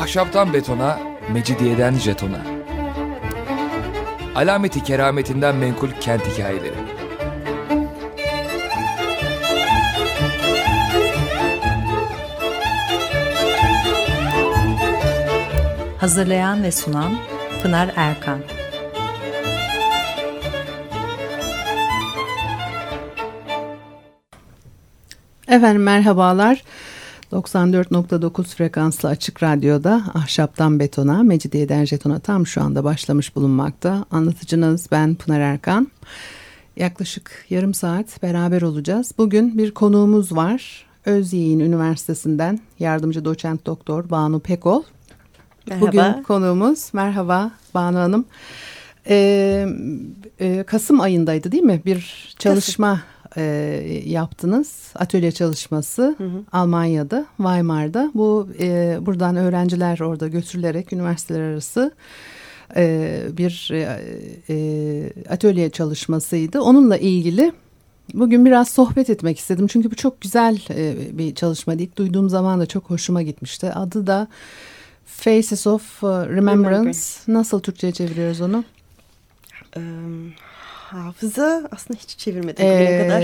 Ahşaptan betona, mecidiyeden jetona. Alameti kerametinden menkul kent hikayeleri. Hazırlayan ve sunan Pınar Erkan. Efendim merhabalar. 94.9 frekanslı Açık Radyo'da Ahşaptan Betona, Mecidiyeden Jeton'a tam şu anda başlamış bulunmakta. Anlatıcınız ben Pınar Erkan. Yaklaşık yarım saat beraber olacağız. Bugün bir konuğumuz var. Özyeğin Üniversitesi'nden yardımcı doçent doktor Banu Pekol. Merhaba. Bugün konuğumuz, merhaba Banu Hanım. Kasım ayındaydı değil mi? Bir çalışma yaptınız. Atölye çalışması Almanya'da, Weimar'da. Bu buradan öğrenciler orada götürülerek üniversiteler arası bir atölye çalışmasıydı. Onunla ilgili bugün biraz sohbet etmek istedim. Çünkü bu çok güzel bir çalışmaydı. İlk duyduğum zaman da çok hoşuma gitmişti. Adı da Faces of Remembrance. Nasıl Türkçe'ye çeviriyoruz onu? Hafıza aslında hiç çevirmedim bugüne kadar.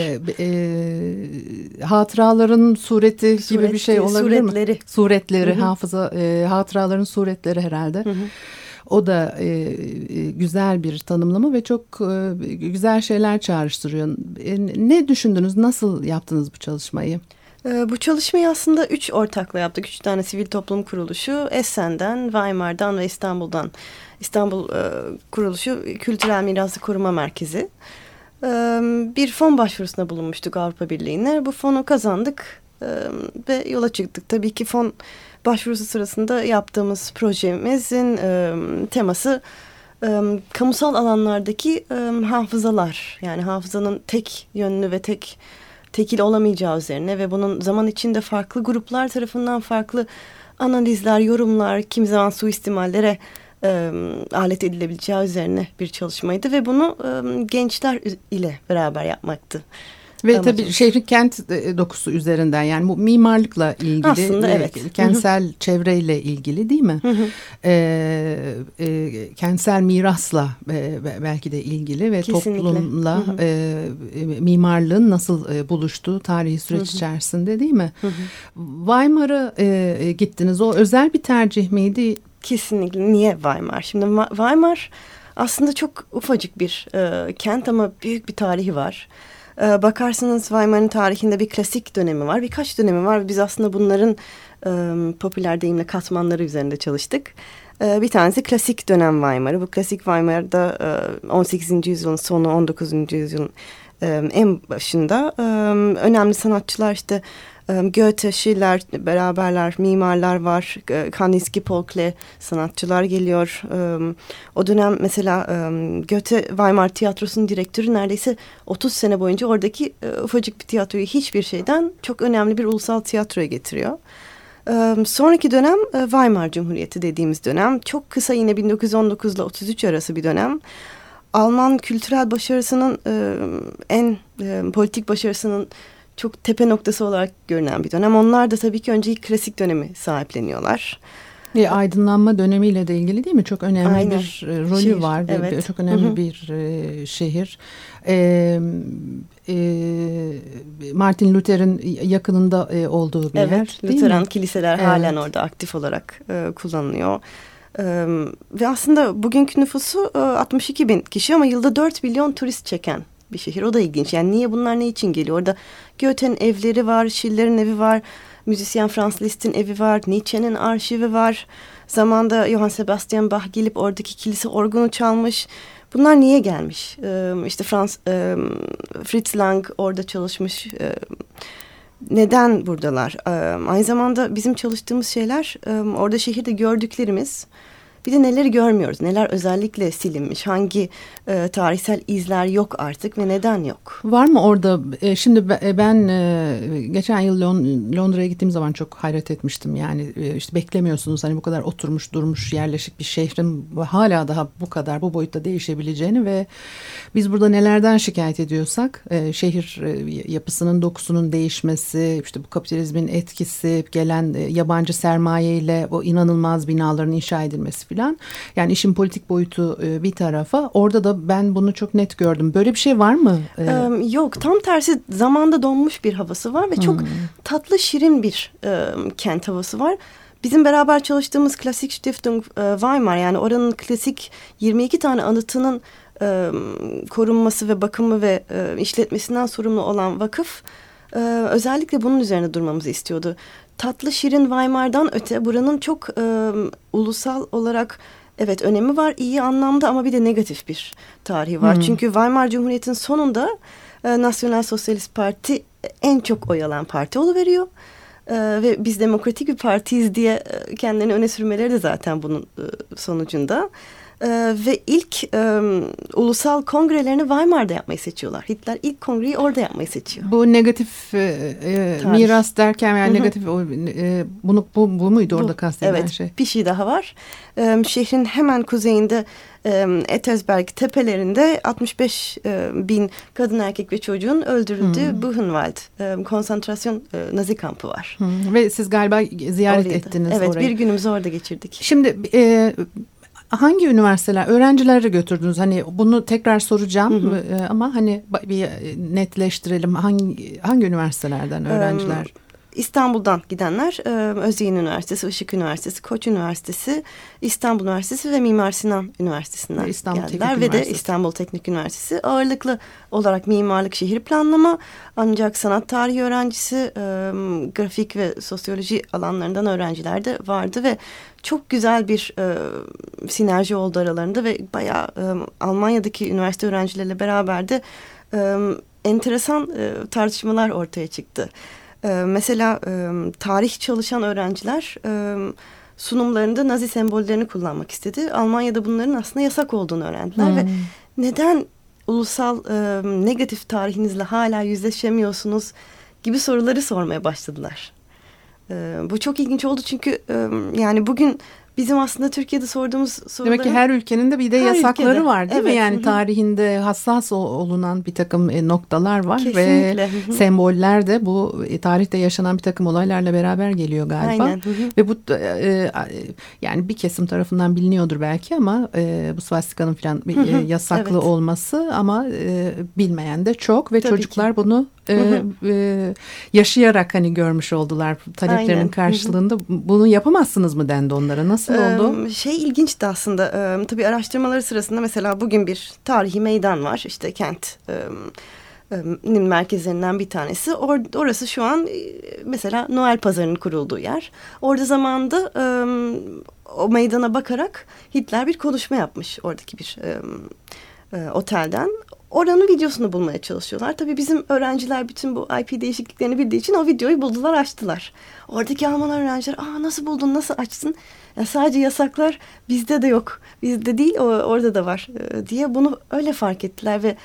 Hatıraların sureti gibi bir şey olabilir suretleri. mi? Suretleri, hafıza, hatıraların suretleri herhalde. O da güzel bir tanımlama ve çok güzel şeyler çağrıştırıyor. Ne düşündünüz? Nasıl yaptınız bu çalışmayı? Bu çalışmayı aslında 3 ortakla yaptık. 3 tane sivil toplum kuruluşu. Essen'den, Weimar'dan ve İstanbul'dan. İstanbul kuruluşu Kültürel Mirası Koruma Merkezi. Bir fon başvurusunda bulunmuştuk Avrupa Birliği'ne. Bu fonu kazandık ve yola çıktık. Tabii ki fon başvurusu sırasında yaptığımız projemizin teması kamusal alanlardaki hafızalar. Yani hafızanın tek yönlü ve tekil olamayacağı üzerine ve bunun zaman içinde farklı gruplar tarafından farklı analizler, yorumlar, kimi zaman suistimallere alet edilebileceği üzerine bir çalışmaydı ve bunu gençler ile beraber yapmaktı. Ve tabii şehrin kent dokusu üzerinden, yani bu mimarlıkla ilgili, aslında evet, kentsel çevreyle ilgili değil mi? Kentsel mirasla belki de ilgili ve kesinlikle. Toplumla mimarlığın nasıl buluştuğu tarihi süreç içerisinde değil mi? Weimar'a gittiniz. O özel bir tercih miydi? Kesinlikle. Niye Weimar? Şimdi Weimar aslında çok ufacık bir kent ama büyük bir tarihi var. Bakarsanız Weimar'ın tarihinde bir klasik dönemi var. Birkaç dönemi var. Biz aslında bunların popüler deyimle katmanları üzerinde çalıştık. Bir tanesi klasik dönem Weimar'ı. Bu klasik Weimar'da 18. yüzyılın sonu, 19. yüzyılın en başında önemli sanatçılar işte Goethe, Schiller beraberler, mimarlar var. Kandinsky, Polkle sanatçılar geliyor. O dönem mesela Goethe Weimar Tiyatrosu'nun direktörü neredeyse 30 sene boyunca oradaki ufacık bir tiyatroyu hiçbir şeyden çok önemli bir ulusal tiyatroya getiriyor. Sonraki dönem Weimar Cumhuriyeti dediğimiz dönem. Çok kısa, yine 1919 ile 33 arası bir dönem. Alman kültürel başarısının en politik başarısının çok tepe noktası olarak görünen bir dönem. Onlar da tabii ki önce ilk klasik dönemi sahipleniyorlar. Aydınlanma dönemiyle de ilgili değil mi? Çok önemli aynen. bir rolü şehir, var. Evet. Çok önemli bir şehir. Martin Luther'in yakınında olduğu bir yer değil Lutheran mi? kiliseler halen orada aktif olarak kullanılıyor. Ve aslında bugünkü nüfusu 62 bin kişi ama yılda 4 milyon turist çeken bir şehir. O da ilginç. Yani niye bunlar ne için geliyor? Orada Goethe'nin evleri var, Schiller'in evi var, müzisyen Franz Liszt'in evi var, Nietzsche'nin arşivi var. Zamanında Johann Sebastian Bach gelip oradaki kilise orgunu çalmış. Bunlar niye gelmiş? İşte Fritz Lang orada çalışmış. Neden buradalar? Aynı zamanda bizim çalıştığımız şeyler orada şehirde gördüklerimiz Bir de neleri görmüyoruz, neler özellikle silinmiş, hangi tarihsel izler yok artık ve neden yok? Var mı orada? Şimdi ben geçen yıl Londra'ya gittiğim zaman çok hayret etmiştim. Yani işte beklemiyorsunuz hani bu kadar oturmuş durmuş yerleşik bir şehrin hala daha bu kadar bu boyutta değişebileceğini ve biz burada nelerden şikayet ediyorsak şehir yapısının dokusunun değişmesi, işte bu kapitalizmin etkisi, gelen yabancı sermaye ile o inanılmaz binaların inşa edilmesi filan. Yani işin politik boyutu bir tarafa. Orada da ben bunu çok net gördüm. Böyle bir şey var mı? Yok, tam tersi zamanda donmuş bir havası var ve çok tatlı şirin bir kent havası var. Bizim beraber çalıştığımız Klasik Stiftung Weimar, yani oranın klasik 22 tane anıtının korunması ve bakımı ve işletmesinden sorumlu olan vakıf özellikle bunun üzerine durmamızı istiyordu. Tatlı şirin Weimar'dan öte buranın çok ulusal olarak evet önemi var iyi anlamda ama bir de negatif bir tarihi var. Çünkü Weimar Cumhuriyeti'nin sonunda Nasyonal Sosyalist Parti en çok oy alan parti oluveriyor. Ve biz demokratik bir partiyiz diye kendilerini öne sürmeleri de zaten bunun sonucunda. Ve ilk ulusal kongrelerini Weimar'da yapmayı seçiyorlar. Hitler ilk kongreyi orada yapmayı seçiyor. Bu negatif miras derken yani negatif bu muydu orada kastedilen şey? Evet, bir şey daha var. Şehrin hemen kuzeyinde Etesberg tepelerinde 65 bin kadın, erkek ve çocuğun öldürüldüğü Buchenwald konsantrasyon Nazi kampı var. Ve siz galiba ziyaret ettiniz evet, orayı. Bir günümüzü orada geçirdik. Şimdi hangi üniversiteler, öğrencileri götürdünüz? Hani bunu tekrar soracağım ama hani bir netleştirelim. Hangi üniversitelerden öğrenciler? İstanbul'dan gidenler Özyeğin Üniversitesi, Işık Üniversitesi, Koç Üniversitesi, İstanbul Üniversitesi ve Mimar Sinan Üniversitesi'nden geldiler. Ve de İstanbul Teknik Üniversitesi. Ağırlıklı olarak mimarlık, şehir planlama, ancak sanat tarihi öğrencisi, grafik ve sosyoloji alanlarından öğrenciler de vardı ve çok güzel bir sinerji oldu aralarında ve bayağı Almanya'daki üniversite öğrencileriyle beraber de enteresan tartışmalar ortaya çıktı. Mesela tarih çalışan öğrenciler sunumlarında Nazi sembollerini kullanmak istedi. Almanya'da bunların aslında yasak olduğunu öğrendiler ve neden ulusal negatif tarihinizle hala yüzleşemiyorsunuz gibi soruları sormaya başladılar. Bu çok ilginç oldu çünkü yani bugün bizim aslında Türkiye'de sorduğumuz soruların... Demek ki her ülkenin de bir de yasakları ülkede var değil mi? Yani tarihinde hassas olunan bir takım noktalar var. Kesinlikle. Ve semboller de bu tarihte yaşanan bir takım olaylarla beraber geliyor galiba. Aynen. Ve bu yani bir kesim tarafından biliniyordur belki ama bu svastikanın falan yasaklı olması ama bilmeyen de çok ve Tabii çocuklar ki. bunu yaşayarak hani görmüş oldular taleplerinin karşılığında. Bunu yapamazsınız mı dendi onlara? Nasıl oldu? İlginçti aslında. Tabii araştırmaları sırasında mesela bugün bir tarihi meydan var. İşte kent merkezlerinden bir tanesi. Orası şu an mesela Noel Pazarı'nın kurulduğu yer. Orada zamanında o meydana bakarak Hitler bir konuşma yapmış oradaki bir otelden. Oranın videosunu bulmaya çalışıyorlar. Tabii bizim öğrenciler bütün bu IP değişikliklerini bildiği için o videoyu buldular, açtılar. Oradaki Alman öğrenciler, nasıl buldun, nasıl açtın? Ya sadece yasaklar bizde de yok. Bizde değil, orada da var diye bunu öyle fark ettiler ve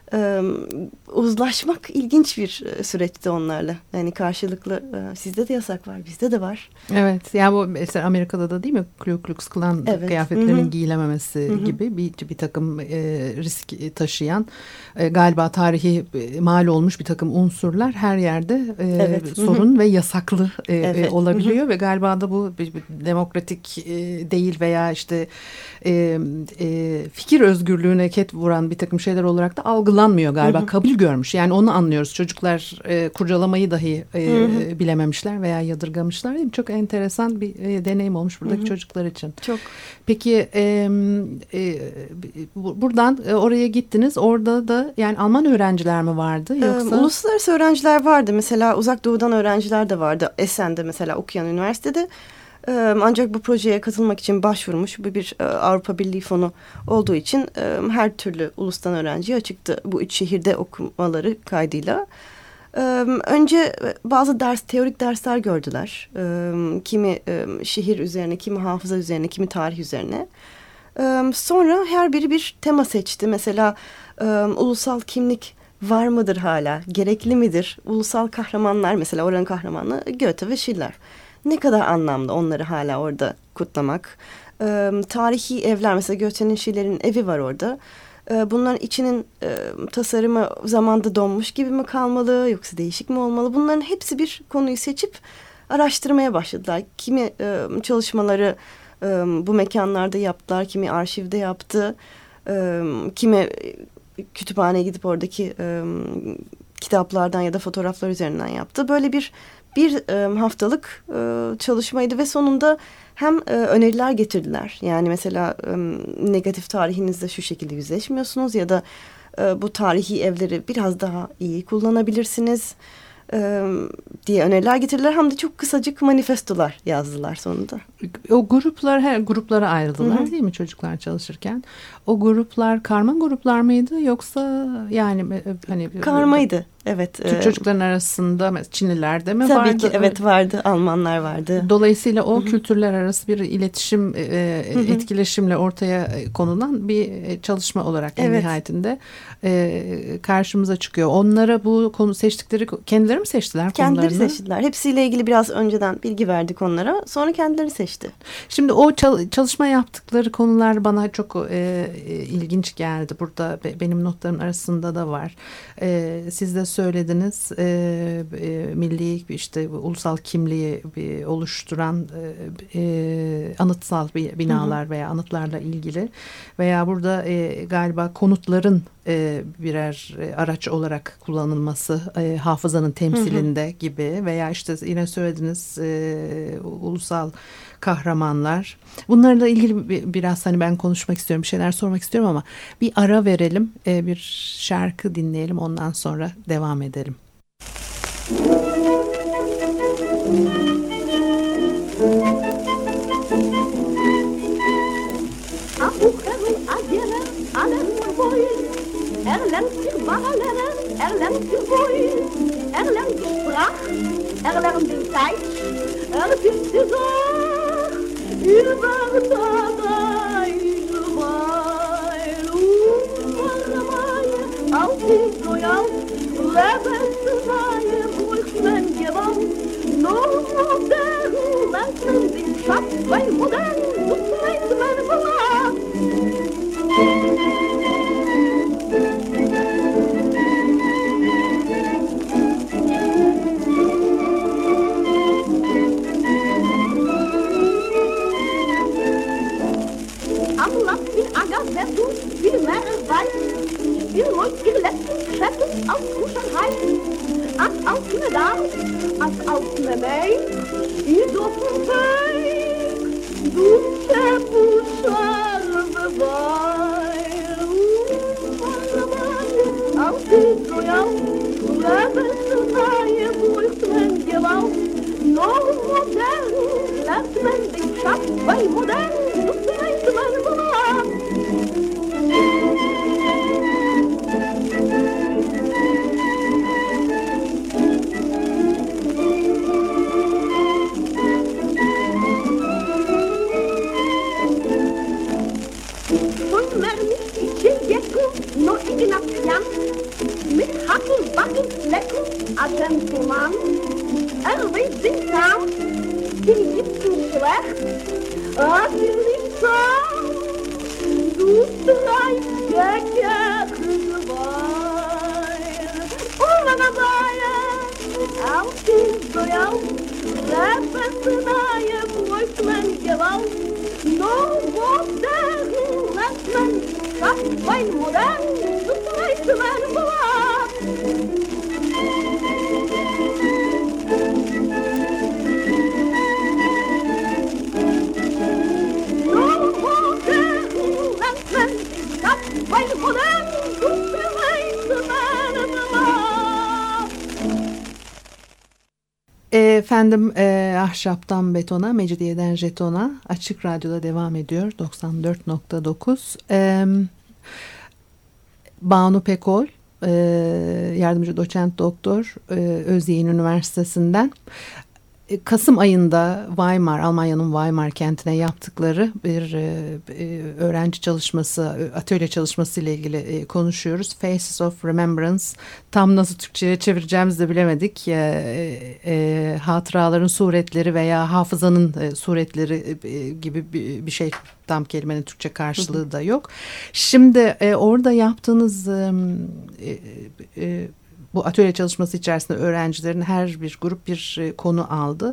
uzlaşmak ilginç bir süreçti onlarla. Yani karşılıklı sizde de yasak var, bizde de var. Evet, yani bu mesela Amerika'da da değil mi Ku Klux Klan kıyafetlerinin giyilememesi gibi bir takım risk taşıyan galiba tarihi mal olmuş bir takım unsurlar her yerde sorun ve yasaklı olabiliyor ve galiba da bu demokratik değil veya işte fikir özgürlüğüne ket vuran bir takım şeyler olarak da algılanmıyor galiba. Kabul görmüş. Yani onu anlıyoruz. Çocuklar kurcalamayı dahi bilememişler veya yadırgamışlar değil mi? Çok enteresan bir deneyim olmuş buradaki çocuklar için. Çok. Peki buradan oraya gittiniz. Orada da yani Alman öğrenciler mi vardı yoksa? Uluslararası öğrenciler vardı. Mesela Uzak Doğu'dan öğrenciler de vardı. Essen'de mesela okuyan üniversitede. Ancak bu projeye katılmak için başvurmuş. Bu bir Avrupa Birliği fonu olduğu için her türlü ulustan öğrenciye açıktı. Bu 3 şehirde okumaları kaydıyla. Önce bazı teorik dersler gördüler. Kimi şehir üzerine, kimi hafıza üzerine, kimi tarih üzerine. Sonra her biri bir tema seçti. Mesela ulusal kimlik var mıdır hala? Gerekli midir? Ulusal kahramanlar, mesela oranın kahramanı Goethe ve Schiller. Ne kadar anlamlı onları hala orada kutlamak. Tarihi evler, mesela Goethe'nin, Schiller'in evi var orada. Bunların içinin tasarımı zamanda donmuş gibi mi kalmalı, yoksa değişik mi olmalı? Bunların hepsi bir konuyu seçip araştırmaya başladılar. Kimi çalışmaları bu mekanlarda yaptılar, kimi arşivde yaptı, kimi kütüphaneye gidip oradaki kitaplardan ya da fotoğraflar üzerinden yaptı. Böyle bir haftalık çalışmaydı ve sonunda hem öneriler getirdiler. Yani mesela negatif tarihinizde şu şekilde yüzleşmiyorsunuz ya da bu tarihi evleri biraz daha iyi kullanabilirsiniz diye öneriler getirdiler. Hem de çok kısacık manifestolar yazdılar sonunda. O gruplar, her gruplara ayrıldılar değil mi çocuklar çalışırken? O gruplar karma gruplar mıydı, yoksa yani hani karmaydı? Evet. Türk çocukların arasında Çinliler de mi tabii vardı? Tabii ki evet, vardı. Almanlar vardı. Dolayısıyla o kültürler arası bir iletişim, etkileşimle ortaya konulan bir çalışma olarak en nihayetinde karşımıza çıkıyor. Onlara bu konu seçtikleri, kendileri mi seçtiler konularını? Kendileri seçtiler. Hepsiyle ilgili biraz önceden bilgi verdik onlara. Sonra kendileri seçti. Şimdi o çalışma yaptıkları konular bana çok ilginç geldi. Burada benim notlarım arasında da var. Siz de söylediniz, milli işte ulusal kimliği oluşturan anıtsal binalar veya anıtlarla ilgili, veya burada galiba konutların birer araç olarak kullanılması, hafızanın temsilinde gibi, veya işte yine söylediniz ulusal kahramanlar. Bunlarla ilgili biraz hani ben konuşmak istiyorum, bir şeyler sormak istiyorum ama bir ara verelim, bir şarkı dinleyelim, ondan sonra devam edelim. Lernt sich Wahlen, lernt sich Wohl, lernt sich Sprach, lernt sich Zeit, sich die Sache über Tage weil auf die Loyal, leben zu sein, wo ich mein gewohnt, nur der lernt man sich Schatz, weil modern, du weißt mein Verlag. Wie mehr weiß, wie läuft ihr letzten Schrecken aus Kuschelheit, als aus mir da, als aus mir bei, ihr dürfen weg, du Schäbuscher beweil, auf die Loyal, leben zu sein, wo ich drin gewalt, nur modern, lernt man den Schatz, weil modern, du weißt mein Wort. Mit Hacken, Backen, Lecken, a Gentleman. Weiß sich kam, die gibt's schlecht, die nicht so. Du treibst gekehrte Wein. Meine Beine, auf die Soja, treffen zu nahe, bräucht man Gewalt. Nur wo der lässt man das mein Modell, du weißt mein Wort. Nur wo der lässt man das mein Modell, du weißt mein Wort. Efendim, ahşaptan betona, mecidiyeden jetona, Açık Radyo'da devam ediyor 94.9. Banu Pekol yardımcı doçent doktor Özyeğin Üniversitesi'nden. Kasım ayında Almanya'nın Weimar kentine yaptıkları bir öğrenci çalışması, atölye çalışması ile ilgili konuşuyoruz. Faces of Remembrance, tam nasıl Türkçe'ye çevireceğimizi de bilemedik. Hatıraların suretleri veya hafızanın suretleri gibi bir şey, tam kelimenin Türkçe karşılığı da yok. Şimdi orada yaptığınız bu atölye çalışması içerisinde öğrencilerin her bir grup bir konu aldı.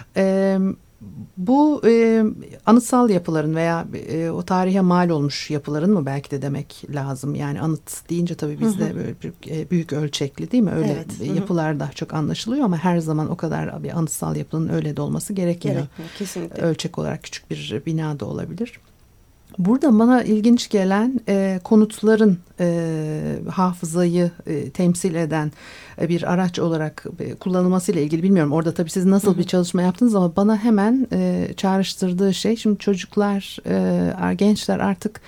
Bu anıtsal yapıların veya o tarihe mal olmuş yapıların mı belki de demek lazım. Yani anıt deyince tabii bizde böyle büyük ölçekli değil mi? Öyle yapılar daha çok anlaşılıyor ama her zaman o kadar bir anıtsal yapının öyle de olması gerekmiyor. Kesinlikle. Ölçek olarak küçük bir bina da olabilir. Burada bana ilginç gelen konutların hafızayı temsil eden bir araç olarak kullanılmasıyla ilgili, bilmiyorum orada tabii siz nasıl bir çalışma yaptınız ama bana hemen çağrıştırdığı şey, şimdi çocuklar, gençler artık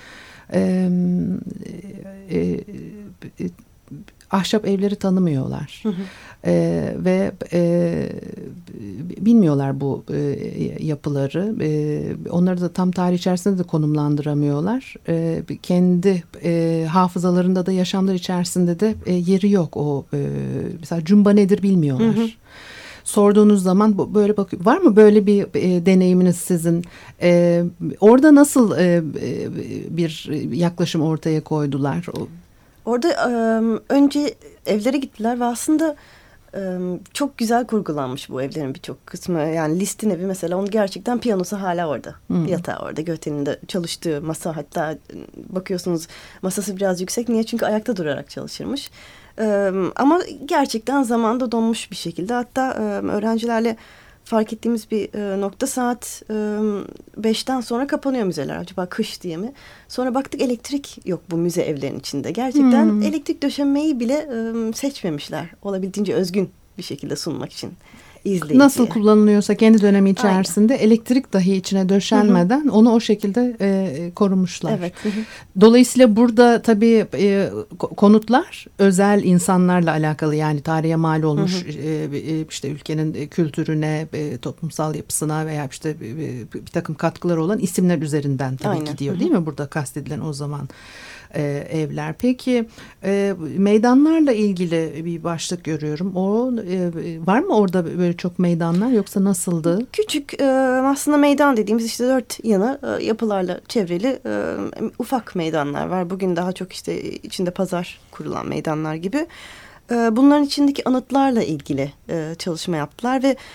ahşap evleri tanımıyorlar. Ve bilmiyorlar bu yapıları. Onları da tam tarih içerisinde de konumlandıramıyorlar. Kendi hafızalarında da, yaşamlar içerisinde de yeri yok. O mesela cumba nedir bilmiyorlar. Sorduğunuz zaman böyle bakıyor. Var mı böyle bir deneyiminiz sizin? Orada nasıl bir yaklaşım ortaya koydular? Orada önce evlere gittiler ve aslında çok güzel kurgulanmış bu evlerin birçok kısmı. Yani Liszt'in evi mesela, onun gerçekten piyanosu hala orada. Yatağı orada. Goethe'nin de çalıştığı masa, hatta bakıyorsunuz masası biraz yüksek. Niye? Çünkü ayakta durarak çalışırmış. Ama gerçekten zamanda donmuş bir şekilde. Hatta öğrencilerle fark ettiğimiz bir nokta, saat 5'ten sonra kapanıyor müzeler. Acaba kış diye mi? Sonra baktık elektrik yok bu müze evlerinin içinde. Gerçekten elektrik döşemeyi bile seçmemişler. Olabildiğince özgün bir şekilde sunmak için izleyiciye. Nasıl kullanılıyorsa kendi dönemi içerisinde elektrik dahi içine döşenmeden onu o şekilde korumuşlar. Evet. Dolayısıyla burada tabii konutlar özel insanlarla alakalı, yani tarihe mal olmuş işte ülkenin kültürüne, toplumsal yapısına veya işte bir takım katkıları olan isimler üzerinden tabii gidiyor, değil mi? Burada kastedilen o zaman evler. Peki meydanlarla ilgili bir başlık görüyorum. Var mı orada böyle çok meydanlar, yoksa nasıldı? Küçük aslında meydan dediğimiz işte dört yanı yapılarla çevrili ufak meydanlar var. Bugün daha çok işte içinde pazar kurulan meydanlar gibi. Bunların içindeki anıtlarla ilgili çalışma yaptılar ve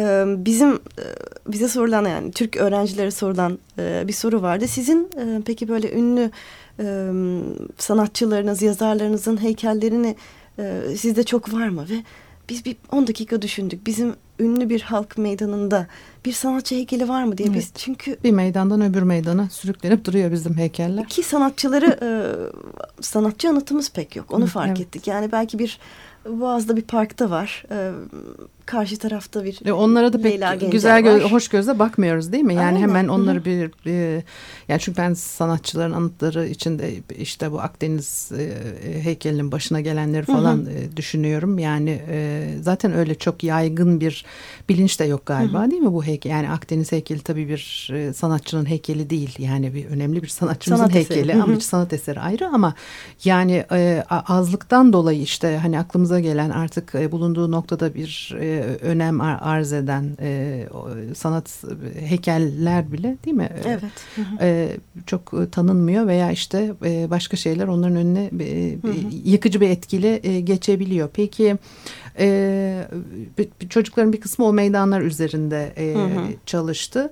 bize sorulan, yani Türk öğrencilere sorulan bir soru vardı. Sizin peki böyle ünlü sanatçılarınız, yazarlarınızın heykellerini sizde çok var mı? Ve biz bir 10 dakika düşündük. Bizim ünlü bir halk meydanında bir sanatçı heykeli var mı diye. Evet. Biz çünkü bir meydandan öbür meydana sürüklenip duruyor bizim heykeller. Ki sanatçıları sanatçı anıtımız pek yok. Onu fark ettik. Yani belki bir Boğaz'da bir parkta var. Karşı tarafta bir onlara da pek güzel hoş gözle bakmıyoruz, değil mi? Yani Aynen. hemen onları yani çünkü ben sanatçıların anıtları içinde işte bu Akdeniz heykelinin başına gelenleri falan düşünüyorum. Yani zaten öyle çok yaygın bir bilinç de yok galiba, değil mi bu heykel? Yani Akdeniz heykeli tabii bir sanatçının heykeli değil. Yani bir önemli bir sanatçımızın heykeli ama sanat eseri ayrı, ama yani azlıktan dolayı işte hani aklımıza gelen, artık bulunduğu noktada bir önem arz eden sanat heykeller bile, değil mi? Evet. Çok tanınmıyor veya işte başka şeyler onların önüne yıkıcı bir etkiyle geçebiliyor. Peki çocukların bir kısmı o meydanlar üzerinde çalıştı.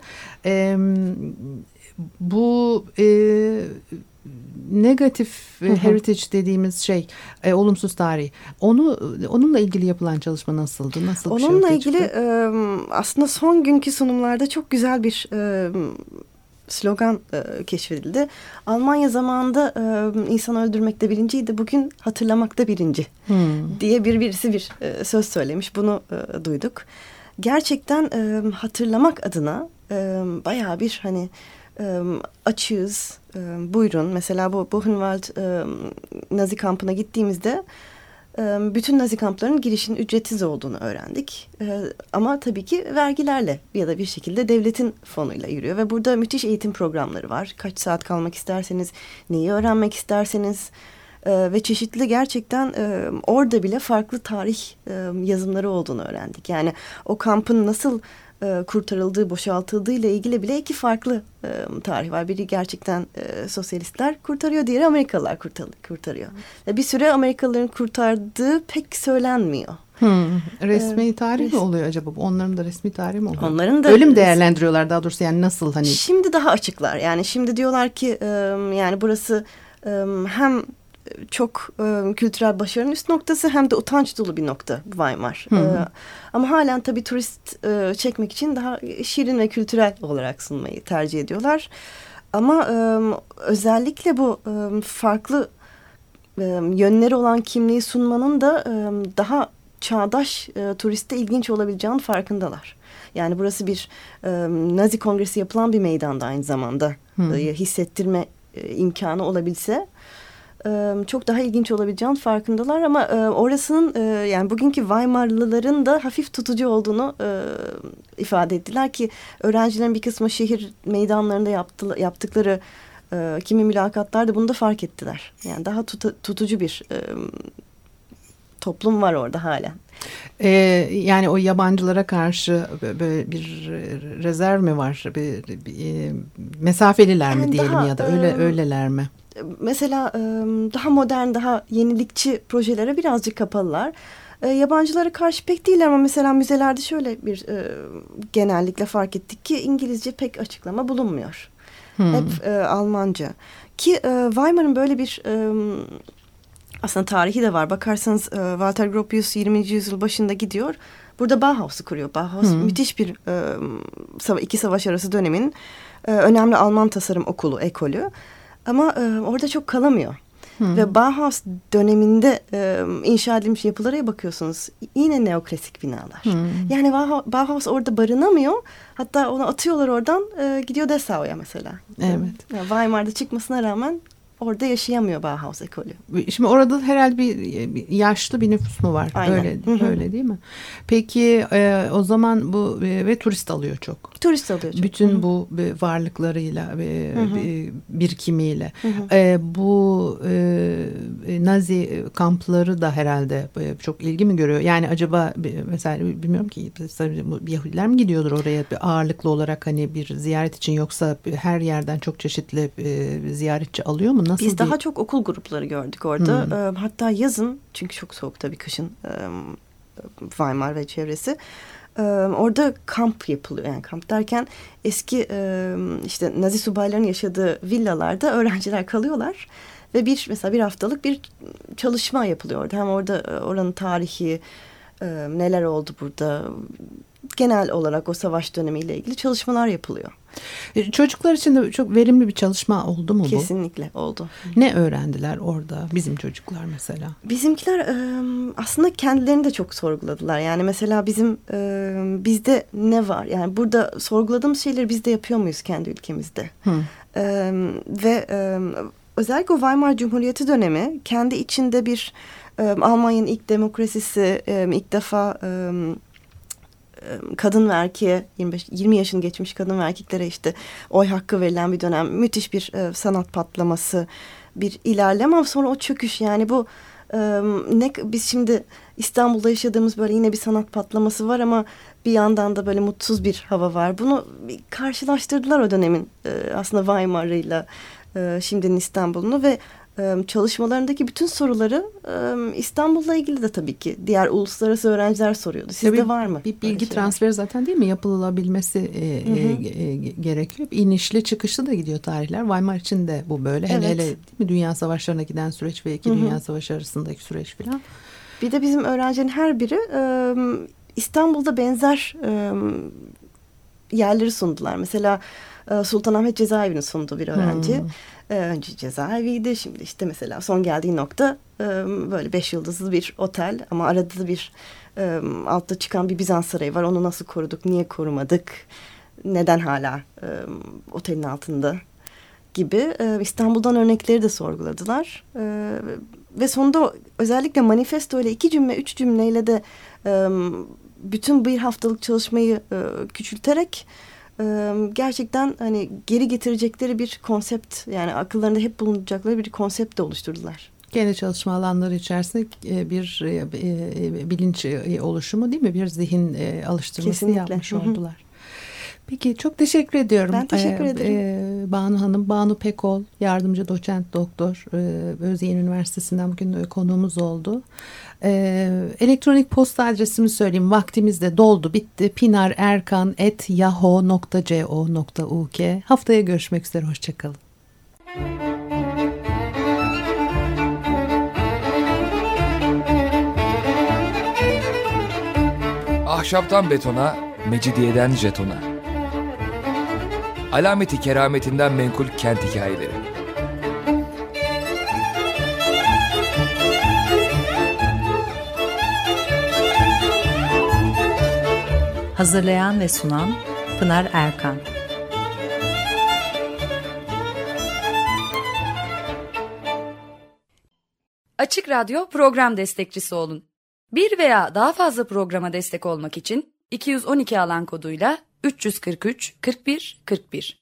Bu negatif heritage dediğimiz şey, olumsuz tarih. Onunla ilgili yapılan çalışma nasıldı? Nasıl bir onunla şey ilgili aslında son günkü sunumlarda çok güzel bir slogan keşfedildi. Almanya zamanında insan öldürmekte birinciydi, bugün hatırlamakta birinci diye birisi bir söz söylemiş. Bunu duyduk. Gerçekten hatırlamak adına bayağı bir hani açığız, buyurun. Mesela bu Buchenwald Nazi kampına gittiğimizde bütün Nazi kamplarının girişinin ücretsiz olduğunu öğrendik. Ama tabii ki vergilerle ya da bir şekilde devletin fonuyla yürüyor. Ve burada müthiş eğitim programları var. Kaç saat kalmak isterseniz, neyi öğrenmek isterseniz ve çeşitli gerçekten orada bile farklı tarih yazımları olduğunu öğrendik. Yani o kampın nasıl kurtarıldığı, boşaltıldığı ile ilgili bile iki farklı tarih var. Biri gerçekten sosyalistler kurtarıyor, diğeri Amerikalılar kurtarıyor. Bir süre Amerikalıların kurtardığı pek söylenmiyor. Resmi tarih mi oluyor acaba? Onların da resmi tarih mi oluyor? Onların da öyle mi değerlendiriyorlar daha doğrusu, yani nasıl hani? Şimdi daha açıklar. Yani şimdi diyorlar ki yani burası hem çok kültürel başarının üst noktası hem de utanç dolu bir nokta Weimar. Ama halen tabii turist çekmek için daha şirin ve kültürel olarak sunmayı tercih ediyorlar. Ama özellikle bu farklı yönleri olan kimliği sunmanın da daha çağdaş turiste ilginç olabileceğinin farkındalar. Yani burası bir Nazi kongresi yapılan bir meydanda aynı zamanda hissettirme imkanı olabilse çok daha ilginç olabileceğinin farkındalar ama orasının yani bugünkü Weimarlıların da hafif tutucu olduğunu ifade ettiler ki öğrencilerin bir kısmı şehir meydanlarında yaptıkları kimi mülakatlarda bunu da fark ettiler. Yani daha tutucu bir toplum var orada halen. Yani o yabancılara karşı böyle bir rezerv mi var? Mesafeliler mi yani diyelim daha, ya da öyleler mi? Mesela daha modern, daha yenilikçi projelere birazcık kapalılar. Yabancılara karşı pek değil ama mesela müzelerde şöyle bir genellikle fark ettik ki İngilizce pek açıklama bulunmuyor. Hep Almanca. Ki Weimar'ın böyle bir aslında tarihi de var. Bakarsanız Walter Gropius 20. yüzyıl başında gidiyor. Burada Bauhaus'u kuruyor. Bauhaus müthiş bir iki savaş arası dönemin önemli Alman tasarım ekolü. Ama orada çok kalamıyor. Ve Bauhaus döneminde inşa edilmiş yapılara bakıyorsunuz. Yine neoklasik binalar. Yani Bauhaus orada barınamıyor. Hatta onu atıyorlar oradan, gidiyor Dessau'ya mesela. Evet. Yani Weimar'da çıkmasına rağmen orada yaşayamıyor Bauhaus ekolü. Şimdi orada herhalde bir yaşlı bir nüfus mu var? Aynen. Öyle değil mi? Peki o zaman bu ve turist alıyor çok. Turist alıyor çok. Bütün bu varlıklarıyla birikimiyle. Bu Nazi kampları da herhalde çok ilgi mi görüyor? Yani acaba mesela bilmiyorum ki Yahudiler mi gidiyordur oraya ağırlıklı olarak hani bir ziyaret için, yoksa her yerden çok çeşitli ziyaretçi alıyor mu? Nasıl Biz daha çok okul grupları gördük orada. Hatta yazın, çünkü çok soğuk tabii kışın Weimar ve çevresi. Orada kamp yapılıyor. Yani kamp derken eski işte Nazi subayların yaşadığı villalarda öğrenciler kalıyorlar. Ve mesela bir haftalık bir çalışma yapılıyor orada. Hem orada oranın tarihi, neler oldu burada, genel olarak o savaş dönemiyle ilgili çalışmalar yapılıyor. Çocuklar için de çok verimli bir çalışma oldu mu bu? Kesinlikle oldu. Ne öğrendiler orada bizim çocuklar mesela? Bizimkiler aslında kendilerini de çok sorguladılar. Yani mesela bizde ne var? Yani burada sorguladığımız şeyleri biz de yapıyor muyuz kendi ülkemizde? Ve özellikle o Weimar Cumhuriyeti dönemi kendi içinde bir Almanya'nın ilk demokrasisi, ilk defa kadın ve erkeğe 20 yaşını geçmiş kadın ve erkeklere işte oy hakkı verilen bir dönem, müthiş bir sanat patlaması, bir ilerleme ama sonra o çöküş, yani bu biz şimdi İstanbul'da yaşadığımız böyle yine bir sanat patlaması var ama bir yandan da böyle mutsuz bir hava var. Bunu karşılaştırdılar o dönemin aslında Weimar'ıyla şimdinin İstanbul'unu ve çalışmalarındaki bütün soruları İstanbul'la ilgili de tabii ki diğer uluslararası öğrenciler soruyordu. Sizde var mı? Bir bilgi transferi zaten değil mi? Yapılabilmesi gerekiyor. İnişli çıkışlı da gidiyor tarihler. Weimar için de bu böyle. Evet. Hele değil mi? Dünya savaşlarına giden süreç ve iki Dünya Savaşı arasındaki süreç falan. Bir de bizim öğrencilerin her biri İstanbul'da benzer yerleri sundular. Mesela Sultanahmet Cezaevi'ni sundu bir öğrenci. Önce cezaeviydi. Şimdi işte mesela son geldiği nokta böyle 5 yıldızlı bir otel ama arada bir altta çıkan bir Bizans sarayı var. Onu nasıl koruduk, niye korumadık? neden hala otelin altında gibi İstanbul'dan örnekleri de sorguladılar. Ve sonunda özellikle manifesto ile 2 cümle 3 cümleyle de bütün bir haftalık çalışmayı küçülterek gerçekten hani geri getirecekleri bir konsept, yani akıllarında hep bulunacakları bir konsept de oluşturdular. Kendi çalışma alanları içerisinde bir bilinç oluşumu değil mi? Bir zihin alıştırması Kesinlikle yapmış oldular. Peki çok teşekkür ediyorum. Ben teşekkür ederim. Banu Hanım, Banu Pekol, yardımcı doçent doktor, Özyeğin Üniversitesi'nden bugün konuğumuz oldu. Elektronik posta adresimi söyleyeyim. Vaktimiz de doldu, bitti. pinarerkan@yahoo.co.uk. Haftaya görüşmek üzere, hoşçakalın. Ahşaptan betona, mecidiyeden jetona. Alameti kerametinden menkul kent hikayeleri. Hazırlayan ve sunan Pınar Erkan. Açık Radyo program destekçisi olun. Bir veya daha fazla programa destek olmak için 212 alan koduyla 343 41 41